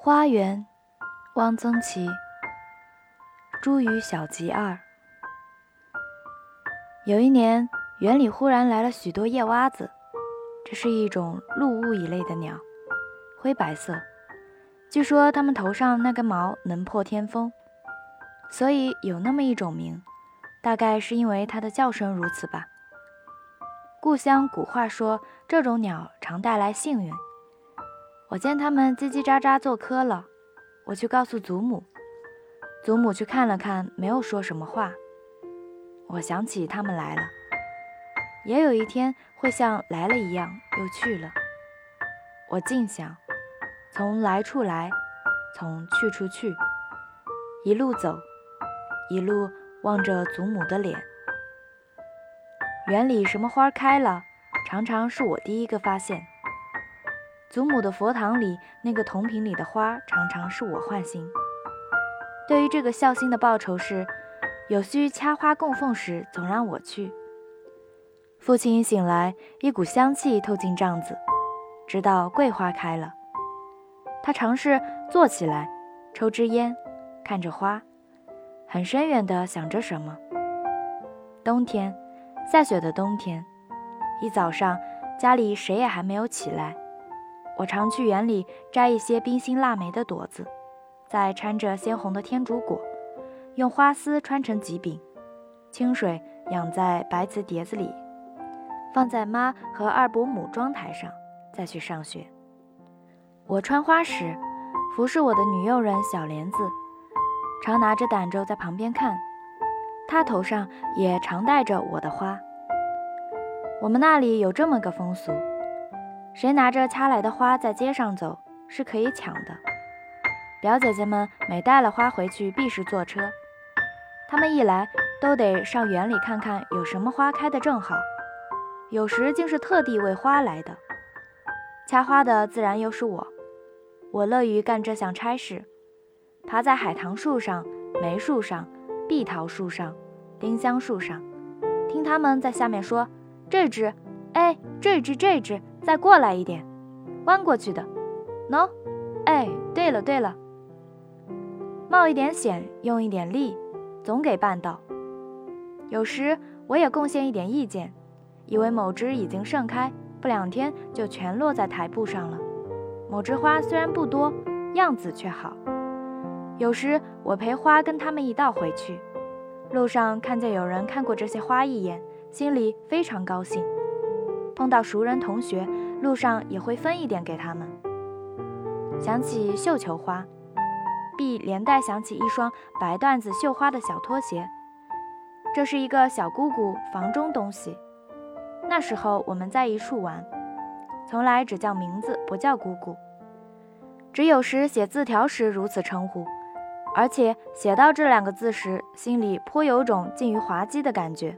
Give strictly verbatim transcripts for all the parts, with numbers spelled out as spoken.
花园，汪曾祺。茱萸小集二。有一年，园里忽然来了许多夜蛙子，这是一种陆鹜一类的鸟，灰白色。据说它们头上那根毛能破天风，所以有那么一种名，大概是因为它的叫声如此吧。故乡古话说，这种鸟常带来幸运。我见它们叽叽喳喳做窠了，我去告诉祖母，祖母去看了看，没有说什么话。我想起它们来了，也有一天会像来了一样又去了。我静想，从来处来，从去处去，一路走，一路望着祖母的脸。园里什么花开了，常常是我第一个发现。祖母的佛堂里那个铜瓶里的花，常常是我唤醒。对于这个孝心的报酬是，有需掐花供奉时，总让我去。父亲醒来，一股香气透进帐子，知道桂花开了。他尝试坐起来，抽支烟，看着花，很深远地想着什么。冬天，下雪的冬天，一早上家里谁也还没有起来，我常去园里摘一些冰心腊梅的朵子，再掺着鲜红的天竺果，用花丝穿成几饼，清水养在白瓷碟子里，放在妈和二伯母妆台上，再去上学。我穿花时，服侍我的女佣人小莲子常拿着胆舟在旁边看，她头上也常戴着我的花。我们那里有这么个风俗，谁拿着掐来的花在街上走，是可以抢的。表姐姐们每带了花回去，必是坐车。她们一来，都得上园里看看有什么花开得正好，有时竟是特地为花来的。掐花的自然又是我，我乐于干这项差事，爬在海棠树上、梅树上、碧桃树上、丁香树上，听他们在下面说：“这只，哎，这只，这只，再过来一点，弯过去的，喏，哎，对了对了。”冒一点险，用一点力，总给办到。有时我也贡献一点意见，以为某枝已经盛开，不两天就全落在台布上了。某枝花虽然不多，样子却好。有时我陪花跟他们一道回去，路上看见有人看过这些花一眼，心里非常高兴。碰到熟人同学，路上也会分一点给他们。想起绣球花，必连带想起一双白缎子绣花的小拖鞋，这是一个小姑姑房中东西。那时候我们在一处玩，从来只叫名字，不叫姑姑，只有时写字条时如此称呼，而且写到这两个字时，心里颇有种近于滑稽的感觉。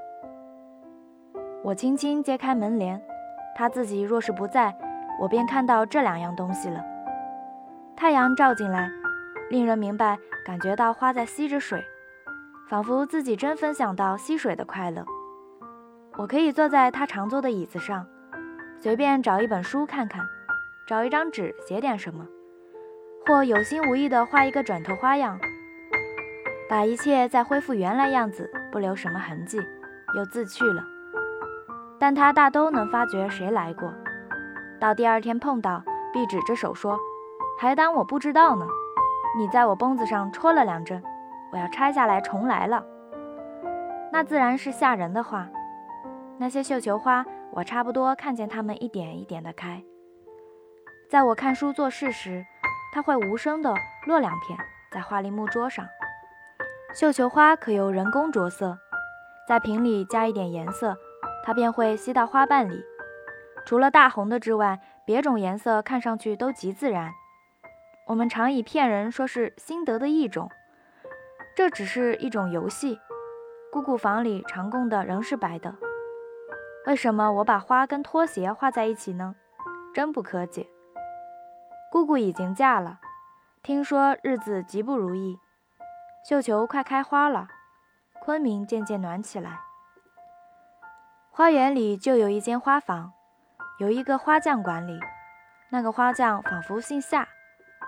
我轻轻揭开门帘，她自己若是不在，我便看到这两样东西了。太阳照进来，令人明白感觉到花在吸着水，仿佛自己真分享到吸水的快乐。我可以坐在他常坐的椅子上，随便找一本书看看，找一张纸写点什么，或有心无意地画一个转头花样，把一切再恢复原来样子，不留什么痕迹，又自去了。但他大都能发觉谁来过，到第二天碰到，必指着手说：“还当我不知道呢，你在我绷子上戳了两针，我要拆下来重来了。”那自然是吓人的话。那些绣球花，我差不多看见它们一点一点地开。在我看书做事时，它会无声地落两片在花梨木桌上。绣球花可由人工着色，在瓶里加一点颜色，它便会吸到花瓣里。除了大红的之外，别种颜色看上去都极自然。我们常以骗人说是心得的一种，这只是一种游戏。姑姑房里常供的仍是白的，为什么我把花跟拖鞋画在一起呢？真不可解。姑姑已经嫁了，听说日子极不如意，绣球快开花了，昆明渐渐暖起来。花园里就有一间花房，有一个花匠管理，那个花匠仿佛姓夏。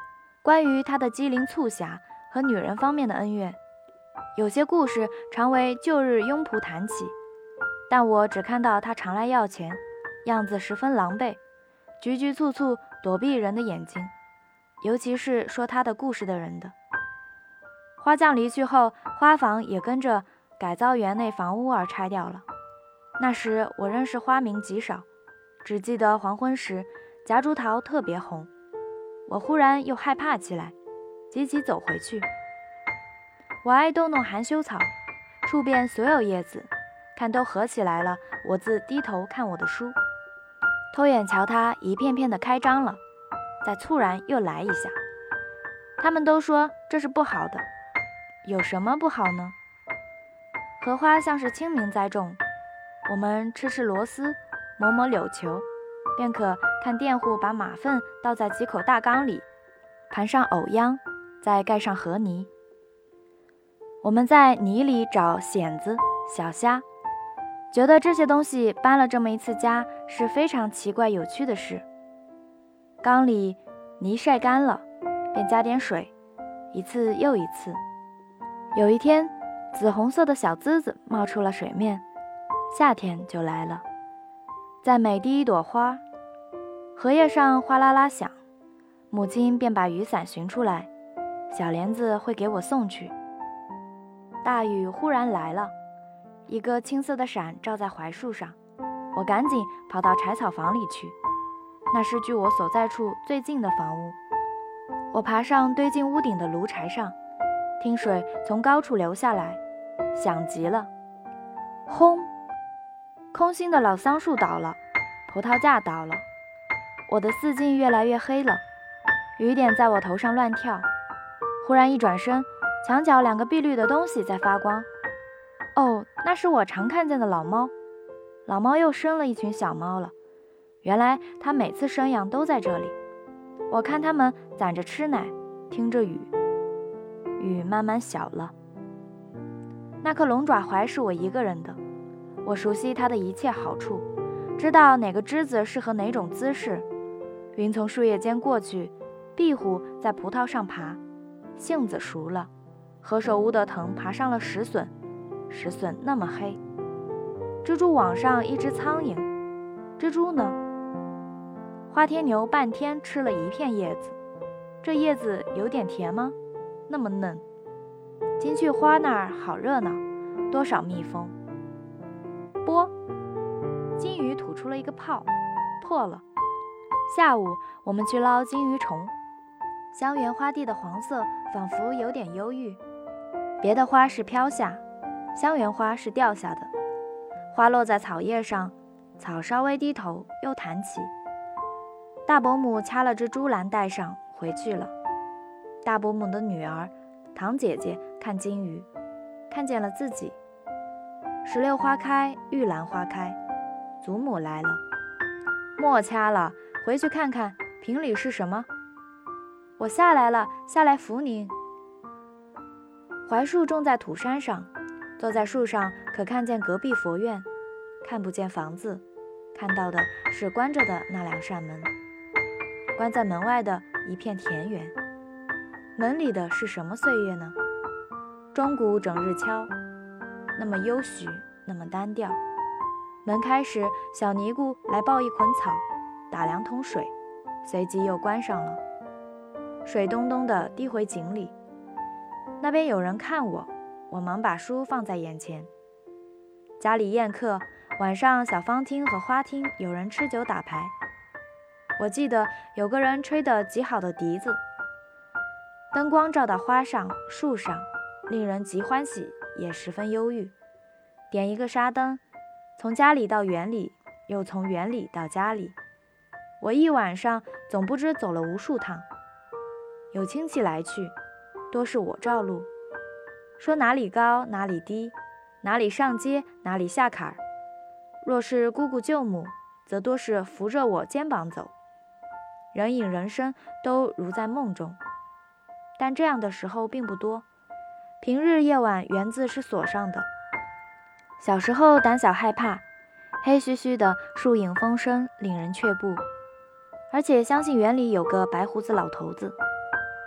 关于他的机灵促狭和女人方面的恩怨，有些故事常为旧日庸仆谈起，但我只看到他常来要钱，样子十分狼狈，局局促促躲避人的眼睛，尤其是说他的故事的人的。花匠离去后，花房也跟着改造园内房屋而拆掉了。那时我认识花名极少，只记得黄昏时夹竹桃特别红。我忽然又害怕起来，急急走回去。我爱逗弄含羞草，触遍所有叶子，看都合起来了，我自低头看我的书，偷眼瞧它一片片的开张了，再猝然又来一下。他们都说这是不好的，有什么不好呢？荷花像是清明栽种，我们吃吃螺丝，抹抹柳球，便可看佃户把马粪倒在几口大缸里，盘上藕秧，再盖上河泥。我们在泥里找蚬子、小虾，觉得这些东西搬了这么一次家是非常奇怪有趣的事。缸里泥晒干了，便加点水，一次又一次。有一天，紫红色的小枝子冒出了水面，夏天就来了。在每滴一朵花，荷叶上哗啦啦响，母亲便把雨伞寻出来，小莲子会给我送去。大雨忽然来了，一个青色的伞照在槐树上，我赶紧跑到柴草房里去，那是距我所在处最近的房屋。我爬上堆进屋顶的炉柴上，听水从高处流下来，响极了。轰！空心的老桑树倒了，葡萄架倒了，我的四镜越来越黑了，雨点在我头上乱跳。忽然一转身，墙角两个碧绿的东西在发光。哦，那是我常看见的老猫。老猫又生了一群小猫了，原来它每次生养都在这里。我看它们攒着吃奶，听着雨。雨慢慢小了。那棵龙爪槐是我一个人的，我熟悉它的一切好处，知道哪个枝子适合哪种姿势。云从树叶间过去，壁虎在葡萄上爬，杏子熟了，何首乌的藤爬上了石笋，石笋那么黑。蜘蛛网上一只苍蝇，蜘蛛呢？花天牛半天吃了一片叶子，这叶子有点甜吗？那么嫩。金雀花那儿好热闹，多少蜜蜂。啵！金鱼吐出了一个泡，破了。下午我们去捞金鱼虫，香橼花地的黄色仿佛有点忧郁，别的花是飘下，香橼花是掉下的，花落在草叶上，草稍微低头又弹起。大伯母掐了只珠篮带上回去了。大伯母的女儿堂姐姐看金鱼，看见了自己。石榴花开，玉兰花开，祖母来了。莫掐了，回去看看瓶里是什么。我下来了，下来扶您。槐树种在土山上，坐在树上可看见隔壁佛院，看不见房子，看到的是关着的那两扇门。关在门外的一片田园，门里的是什么岁月呢？钟鼓整日敲，那么幽许，那么单调。门开时，小尼姑来抱一捆草，打两桶水，随即又关上了。水咚咚地滴回井里。那边有人看我，我忙把书放在眼前。家里宴客，晚上小方厅和花厅有人吃酒打牌。我记得有个人吹得极好的笛子，灯光照到花上、树上，令人极欢喜，也十分忧郁。点一个沙灯，从家里到园里，又从园里到家里，我一晚上总不知走了无数趟。有亲戚来去，多是我照路，说哪里高哪里低，哪里上街哪里下坎儿。若是姑姑舅母，则多是扶着我肩膀走。人影人声都如在梦中，但这样的时候并不多。平日夜晚园子是锁上的。小时候胆小害怕，黑黢黢的树影风声令人却步，而且相信园里有个白胡子老头子。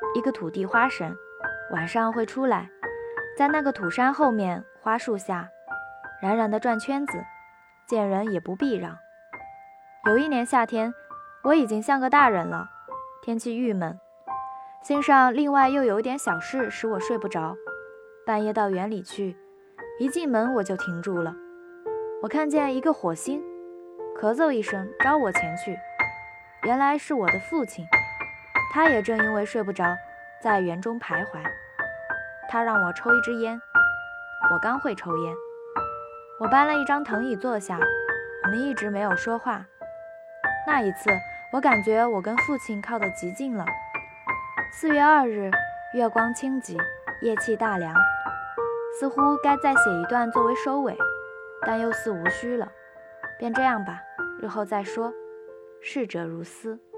一个土地花神，晚上会出来，在那个土山后面花树下冉冉地转圈子，见人也不避让。有一年夏天，我已经像个大人了，天气郁闷，心上另外又有一点小事使我睡不着，半夜到园里去，一进门我就停住了。我看见一个火星，咳嗽一声招我前去，原来是我的父亲，他也正因为睡不着，在园中徘徊。他让我抽一支烟，我刚会抽烟，我搬了一张藤椅坐下，我们一直没有说话。那一次，我感觉我跟父亲靠得极近了。四月二日，月光清极，夜气大凉，似乎该再写一段作为收尾，但又似无需了，便这样吧，日后再说。逝者如斯。